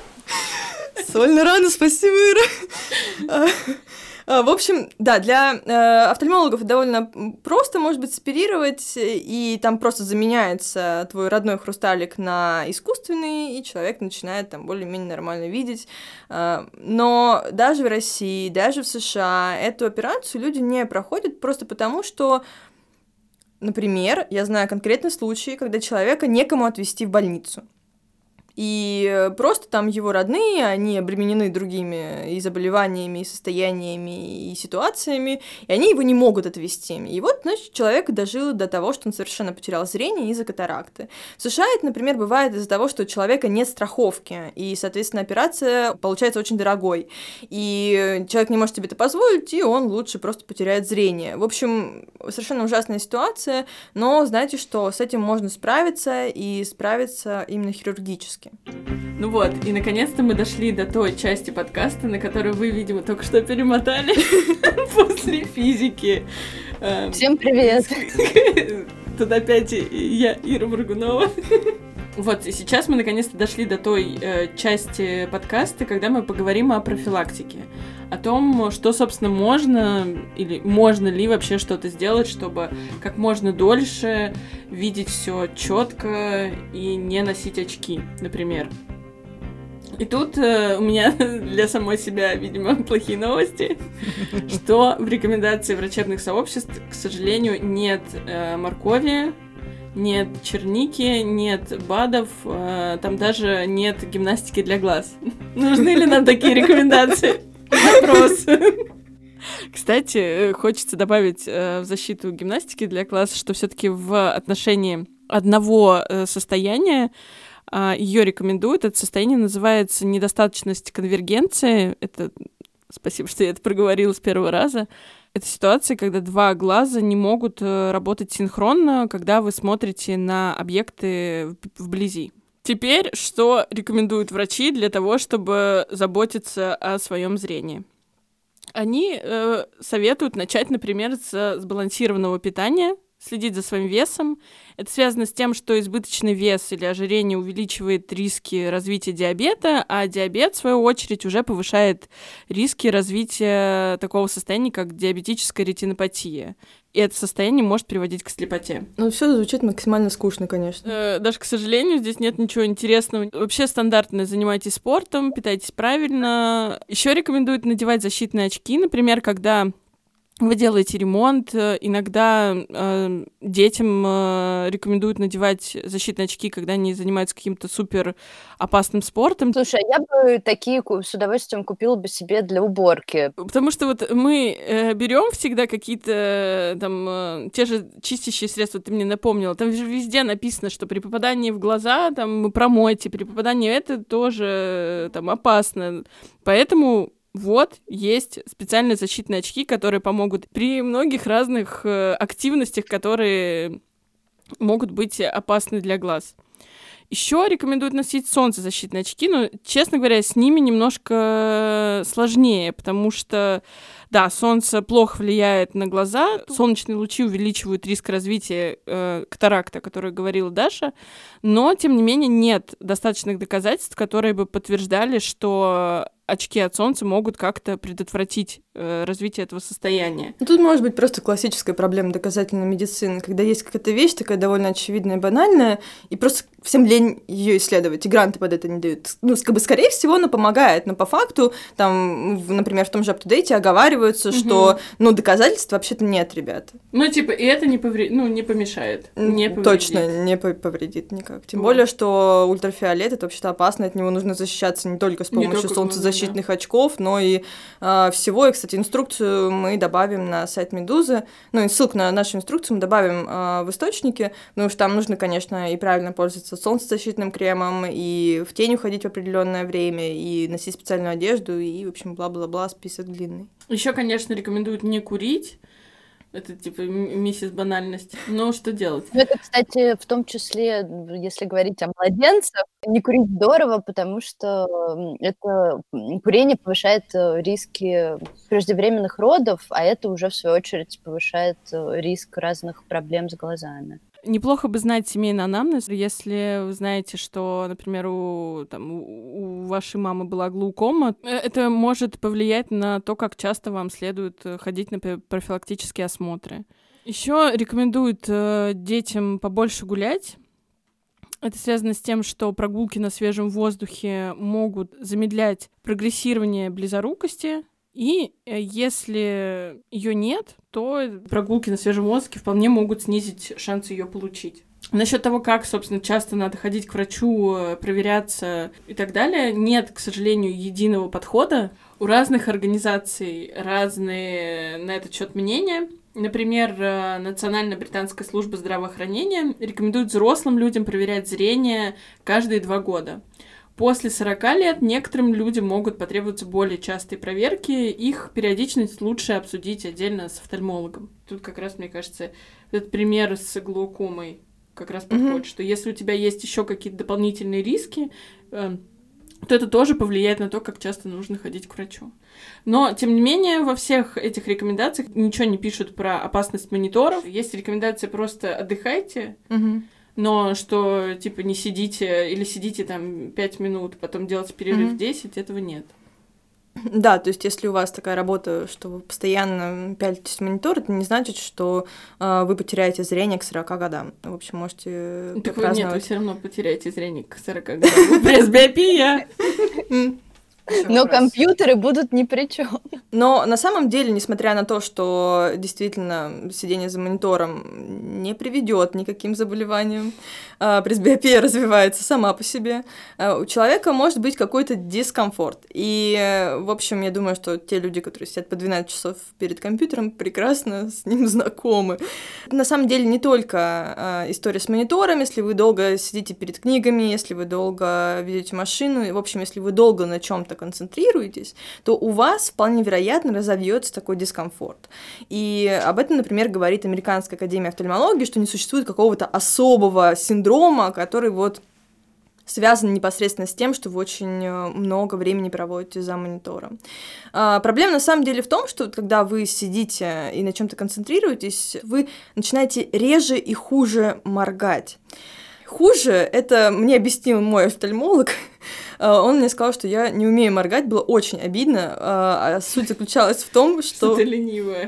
Соль на рану, спасибо, Ира. В общем, да, для э, офтальмологов довольно просто, может быть, соперировать, и там просто заменяется твой родной хрусталик на искусственный, и человек начинает там более-менее нормально видеть. Э, но даже в России, даже в США эту операцию люди не проходят просто потому, что, например, я знаю конкретный случай, когда человека некому отвезти в больницу. И просто там его родные, они обременены другими и заболеваниями, и состояниями, и ситуациями, и они его не могут отвезти. И вот, значит, человек дожил до того, что он совершенно потерял зрение из-за катаракты. В США это, например, бывает из-за того, что у человека нет страховки, и, соответственно, операция получается очень дорогой. И человек не может себе это позволить, и он лучше просто потеряет зрение. В общем, совершенно ужасная ситуация, но знаете, что с этим можно справиться, и справиться именно хирургически. Ну вот, и наконец-то мы дошли до той части подкаста, на которую вы, видимо, только что перемотали после физики. Всем привет! Тут опять я, Ира Моргунова. Вот, и сейчас мы наконец-то дошли до той э, части подкаста, когда мы поговорим о профилактике. О том, что, собственно, можно или можно ли вообще что-то сделать, чтобы как можно дольше видеть все четко и не носить очки, например. И тут э, у меня для самой себя, видимо, плохие новости, что в рекомендации врачебных сообществ, к сожалению, нет э, моркови, нет черники, нет БАДов, э, там даже нет гимнастики для глаз. Нужны ли нам такие рекомендации? Вопрос. Кстати, хочется добавить э, в защиту гимнастики для глаз, что все-таки в отношении одного э, состояния э, ее рекомендуют. Это состояние называется недостаточность конвергенции. Это спасибо, что я это проговорила с первого раза. Это ситуация, когда два глаза не могут работать синхронно, когда вы смотрите на объекты вблизи. Теперь, что рекомендуют врачи для того, чтобы заботиться о своем зрении? Они э, советуют начать, например, с сбалансированного питания, следить за своим весом. Это связано с тем, что избыточный вес или ожирение увеличивает риски развития диабета, а диабет, в свою очередь, уже повышает риски развития такого состояния, как диабетическая ретинопатия. И это состояние может приводить к слепоте. Ну, все звучит максимально скучно, конечно. Э, даже, к сожалению, здесь нет ничего интересного. Вообще стандартно: занимайтесь спортом, питайтесь правильно. Еще рекомендуют надевать защитные очки, например, когда вы делаете ремонт, иногда э, детям э, рекомендуют надевать защитные очки, когда они занимаются каким-то супер опасным спортом. Слушай, я бы такие с удовольствием купила бы себе для уборки. Потому что вот мы э, берем всегда какие-то там э, те же чистящие средства, ты мне напомнила, там же везде написано, что при попадании в глаза там промойте, при попадании это тоже там опасно. Поэтому вот, есть специальные защитные очки, которые помогут при многих разных э, активностях, которые могут быть опасны для глаз. Еще рекомендуют носить солнцезащитные очки, но, честно говоря, с ними немножко сложнее, потому что, да, солнце плохо влияет на глаза, солнечные лучи увеличивают риск развития э, катаракта, о которой говорила Даша, но, тем не менее, нет достаточных доказательств, которые бы подтверждали, что очки от солнца могут как-то предотвратить э, развитие этого состояния. Тут может быть просто классическая проблема доказательной медицины, когда есть какая-то вещь такая довольно очевидная и банальная, и просто всем лень ее исследовать, и гранты под это не дают. Ну, как бы, скорее всего, она помогает, но по факту, там, в, например, в том же UpToDate оговариваются, угу. что, ну, доказательств вообще-то нет, ребята. Ну, типа, и это не, повре... ну, не помешает, не повредит. Точно, не повредит никак. Тем вот. Более, что ультрафиолет — это вообще-то опасно, от него нужно защищаться не только с помощью солнцезащитных да. очков, но и э, всего. И, кстати, инструкцию мы добавим на сайт Медузы, ну, и ссылку на нашу инструкцию мы добавим э, в источнике, потому что там нужно, конечно, и правильно пользоваться солнцезащитным кремом, и в тень уходить в определенное время, и носить специальную одежду, и, в общем, бла-бла-бла, список длинный. Еще, конечно, рекомендуют не курить, Это типа миссис банальность. Но что делать? Ну, это, кстати, в том числе, если говорить о младенцах, не курить здорово, потому что это курение повышает риски преждевременных родов, а это уже, в свою очередь, повышает риск разных проблем с глазами. Неплохо бы знать семейный анамнез, если вы знаете, что, например, у, там, у вашей мамы была глаукома. Это может повлиять на то, как часто вам следует ходить на профилактические осмотры. Еще рекомендуют э, детям побольше гулять. Это связано с тем, что прогулки на свежем воздухе могут замедлять прогрессирование близорукости. И если ее нет, то прогулки на свежем воздухе вполне могут снизить шанс ее получить. Насчет того, как, собственно, часто надо ходить к врачу, проверяться и так далее, нет, к сожалению, единого подхода. У разных организаций разные на этот счет мнения. Например, Национальная британская служба здравоохранения рекомендует взрослым людям проверять зрение каждые два года. После сорока лет некоторым людям могут потребоваться более частые проверки. Их периодичность лучше обсудить отдельно с офтальмологом. Тут как раз, мне кажется, этот пример с глаукомой как раз подходит, mm-hmm. что если у тебя есть еще какие-то дополнительные риски, э, то это тоже повлияет на то, как часто нужно ходить к врачу. Но, тем не менее, во всех этих рекомендациях ничего не пишут про опасность мониторов. Есть рекомендация просто отдыхайте, mm-hmm. но что, типа, не сидите или сидите там пять минут, потом делать перерыв mm-hmm. десять, этого нет. Да, то есть если у вас такая работа, что вы постоянно пялитесь в монитор, это не значит, что э, вы потеряете зрение к сорока годам. В общем, можете так праздновать. Нет, вы все равно потеряете зрение к сорока годам. Пресбиопия! Но компьютеры будут ни при чем. Но на самом деле, несмотря на то, что действительно сидение за монитором не приведет ни к каким заболеваниям, пресбиопия развивается сама по себе, у человека может быть какой-то дискомфорт. И, в общем, я думаю, что те люди, которые сидят по двенадцать часов перед компьютером, прекрасно с ним знакомы. На самом деле, не только история с монитором, если вы долго сидите перед книгами, если вы долго ведете машину, в общем, если вы долго на чем-то концентрируетесь, то у вас вполне вероятно разовьется такой дискомфорт. И об этом, например, говорит Американская академия офтальмологии, что не существует какого-то особого синдрома, который вот связан непосредственно с тем, что вы очень много времени проводите за монитором. А, проблема на самом деле в том, что когда вы сидите и на чем-то концентрируетесь, вы начинаете реже и хуже моргать. Хуже, это мне объяснил мой офтальмолог. Он мне сказал, что я не умею моргать, было очень обидно, а суть заключалась в том, что... Что ты ленивая.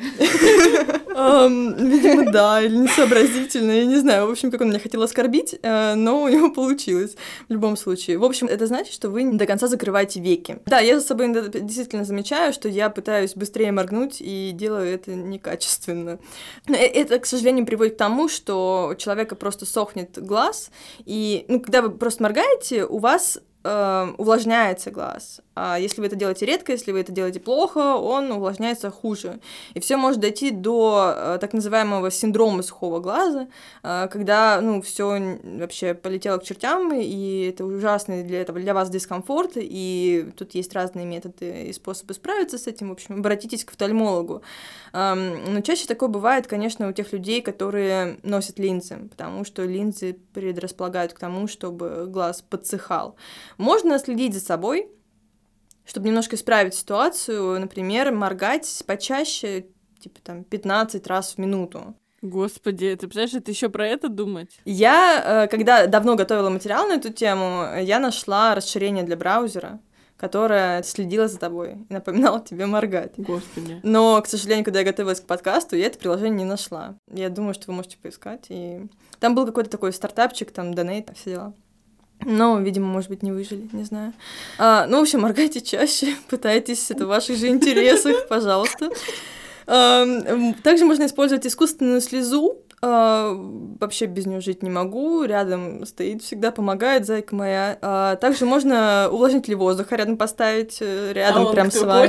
Видимо, да, или несообразительная, я не знаю, в общем, как он меня хотел оскорбить, но у него получилось в любом случае. В общем, это значит, что вы не до конца закрываете веки. Да, я за собой действительно замечаю, что я пытаюсь быстрее моргнуть и делаю это некачественно. Это, к сожалению, приводит к тому, что у человека просто сохнет глаз, и ну, когда вы просто моргаете, у вас увлажняется глаз. А если вы это делаете редко, если вы это делаете плохо, он увлажняется хуже. И все может дойти до так называемого синдрома сухого глаза, когда ну, все вообще полетело к чертям, и это ужасный для этого для вас дискомфорт, и тут есть разные методы и способы справиться с этим. В общем, обратитесь к офтальмологу. Но чаще такое бывает, конечно, у тех людей, которые носят линзы, потому что линзы предрасполагают к тому, чтобы глаз подсыхал. Можно следить за собой, чтобы немножко исправить ситуацию, например, моргать почаще, типа там пятнадцать раз в минуту. Господи, ты представляешь, это еще про это думать? Я, когда давно готовила материал на эту тему, я нашла расширение для браузера, которое следило за тобой и напоминало тебе моргать. Господи. Но, к сожалению, когда я готовилась к подкасту, я это приложение не нашла. Я думаю, что вы можете поискать. И там был какой-то такой стартапчик, там, Donate, все дела. Но, видимо, может быть, не выжили, не знаю. А, ну, в общем, моргайте чаще, пытайтесь, это в ваших же интересах, пожалуйста. А, также можно использовать искусственную слезу. А, вообще без нее жить не могу. Рядом стоит, всегда помогает, зайка моя. А, также можно увлажнитель воздуха рядом поставить, рядом а прям с вами.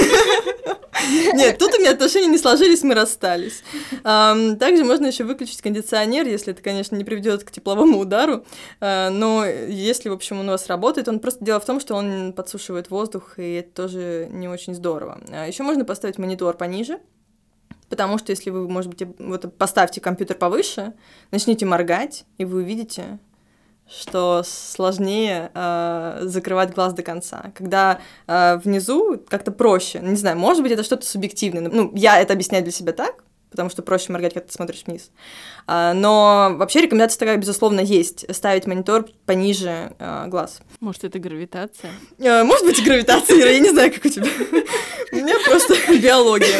Нет, тут у меня отношения не сложились, мы расстались. Um, также можно еще выключить кондиционер, если это, конечно, не приведет к тепловому удару. Uh, но если, в общем, он у вас работает, он просто дело в том, что он подсушивает воздух, и это тоже не очень здорово. Uh, еще можно поставить монитор пониже, Потому что если вы, может быть, вот поставьте компьютер повыше, начните моргать, и вы увидите, что сложнее э, закрывать глаз до конца. Когда э, внизу как-то проще. Не знаю, может быть, это что-то субъективное. Ну, я это объясняю для себя так, потому что проще моргать, когда ты смотришь вниз. А, но вообще рекомендация такая, безусловно, есть. Ставить монитор пониже а, глаз. Может, это гравитация? А, может быть, и гравитация, Ира, я не знаю, как у тебя. У меня просто биология.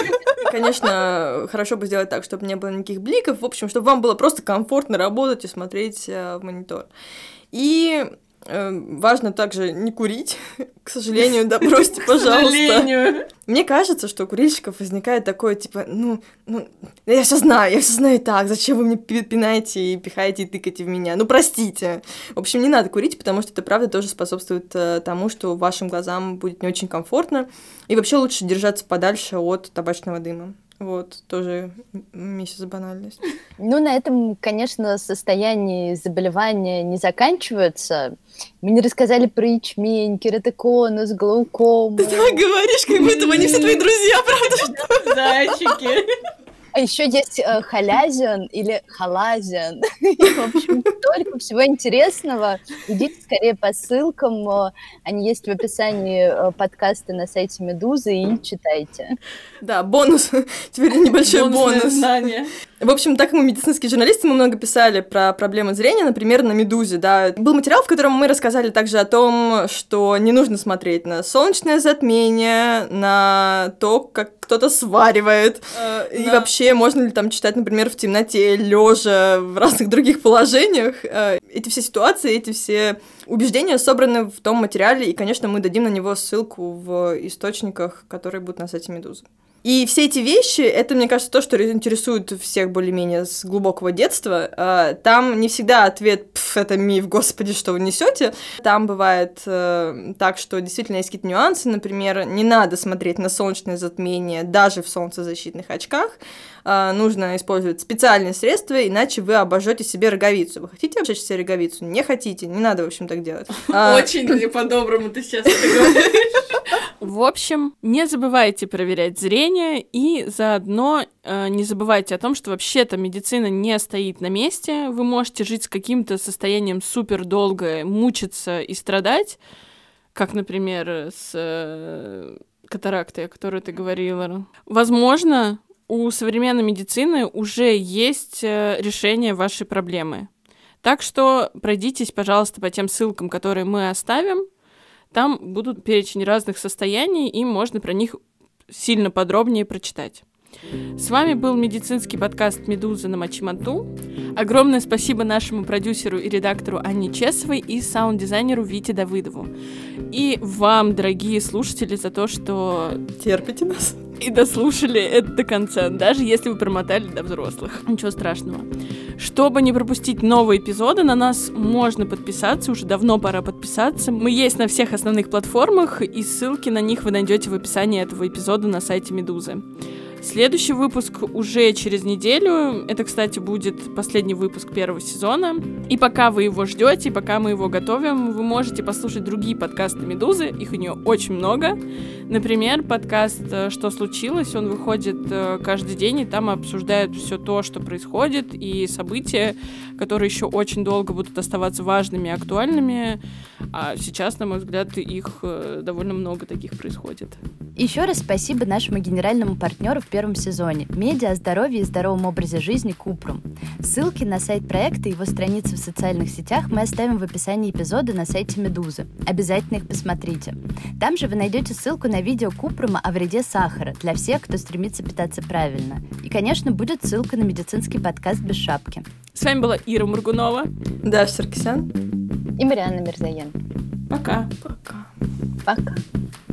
Конечно, хорошо бы сделать так, чтобы не было никаких бликов. В общем, чтобы вам было просто комфортно работать и смотреть а, в монитор. И... важно также не курить, к сожалению, да, бросьте, пожалуйста. К сожалению. Мне кажется, что у курильщиков возникает такое, типа, ну, ну, я все знаю, я все знаю и так, зачем вы мне пинаете и пихаете и тыкаете в меня, ну, простите. В общем, не надо курить, потому что это, правда, тоже способствует тому, что вашим глазам будет не очень комфортно, и вообще лучше держаться подальше от табачного дыма. Вот, тоже миссис банальность. Ну, на этом, конечно, состояние заболевания не заканчивается. Мы не рассказали про ячмень, кератоконус, глаукому. Ты так говоришь, как будто они все твои друзья, правда, что? Зайчики. А еще есть э, халязиан или халазиан. И, в общем, столько всего интересного. Идите скорее по ссылкам. Они есть в описании подкаста на сайте Медузы и читайте. Да, бонус. Теперь небольшой бонус. Знание. В общем, так как мы медицинские журналисты, мы много писали про проблемы зрения, например, на «Медузе», да. Был материал, в котором мы рассказали также о том, что не нужно смотреть на солнечное затмение, на то, как кто-то сваривает, э, и вообще можно ли там читать, например, в темноте, лежа в разных других положениях. Э, эти все ситуации, эти все убеждения собраны в том материале, и, конечно, мы дадим на него ссылку в источниках, которые будут на сайте «Медузы». И все эти вещи, это, мне кажется, то, что интересует всех более-менее с глубокого детства. Там не всегда ответ «пф, это миф, господи, что вы несете». Там бывает э, так, что действительно есть какие-то нюансы. Например, не надо смотреть на солнечное затмение даже в солнцезащитных очках. Э, нужно использовать специальные средства, иначе вы обожжете себе роговицу. Вы хотите обжечь себе роговицу? Не хотите, не надо, в общем, так делать. Очень по-доброму ты сейчас это говоришь. В общем, не забывайте проверять зрение и заодно э, не забывайте о том, что вообще-то медицина не стоит на месте. Вы можете жить с каким-то состоянием супер долго, мучиться и страдать, как, например, с э, катарактой, о которой ты говорила. Возможно, у современной медицины уже есть э, решение вашей проблемы. Так что пройдитесь, пожалуйста, по тем ссылкам, которые мы оставим. Там будут перечень разных состояний, и можно про них сильно подробнее прочитать. С вами был медицинский подкаст «Медуза» на Мачи-Манту. Огромное спасибо нашему продюсеру и редактору Анне Чесовой и саунд-дизайнеру Вите Давыдову. И вам, дорогие слушатели, за то, что терпите нас и дослушали это до конца, даже если вы промотали до взрослых. Ничего страшного. Чтобы не пропустить новые эпизоды, на нас можно подписаться, уже давно пора подписаться. Мы есть на всех основных платформах, и ссылки на них вы найдете в описании этого эпизода на сайте Медузы. Следующий выпуск уже через неделю. Это, кстати, будет последний выпуск первого сезона. И пока вы его ждете, пока мы его готовим, вы можете послушать другие подкасты Медузы. Их у нее очень много. Например, подкаст «Что случилось?». Он выходит каждый день, и там обсуждают все то, что происходит, и события, которые еще очень долго будут оставаться важными и актуальными. А сейчас, на мой взгляд, их довольно много таких происходит. Еще раз спасибо нашему генеральному партнеру в первом сезоне – медиа о здоровье и здоровом образе жизни Купрум. Ссылки на сайт проекта и его страницы в социальных сетях мы оставим в описании эпизода на сайте Медузы. Обязательно их посмотрите. Там же вы найдете ссылку на видео Купрума о вреде сахара для всех, кто стремится питаться правильно. И, конечно, будет ссылка на медицинский подкаст «Без шапки». С вами была Ира Мургунова, Даша Саркисян и Марианна Мирзоян. Пока. Пока. Пока.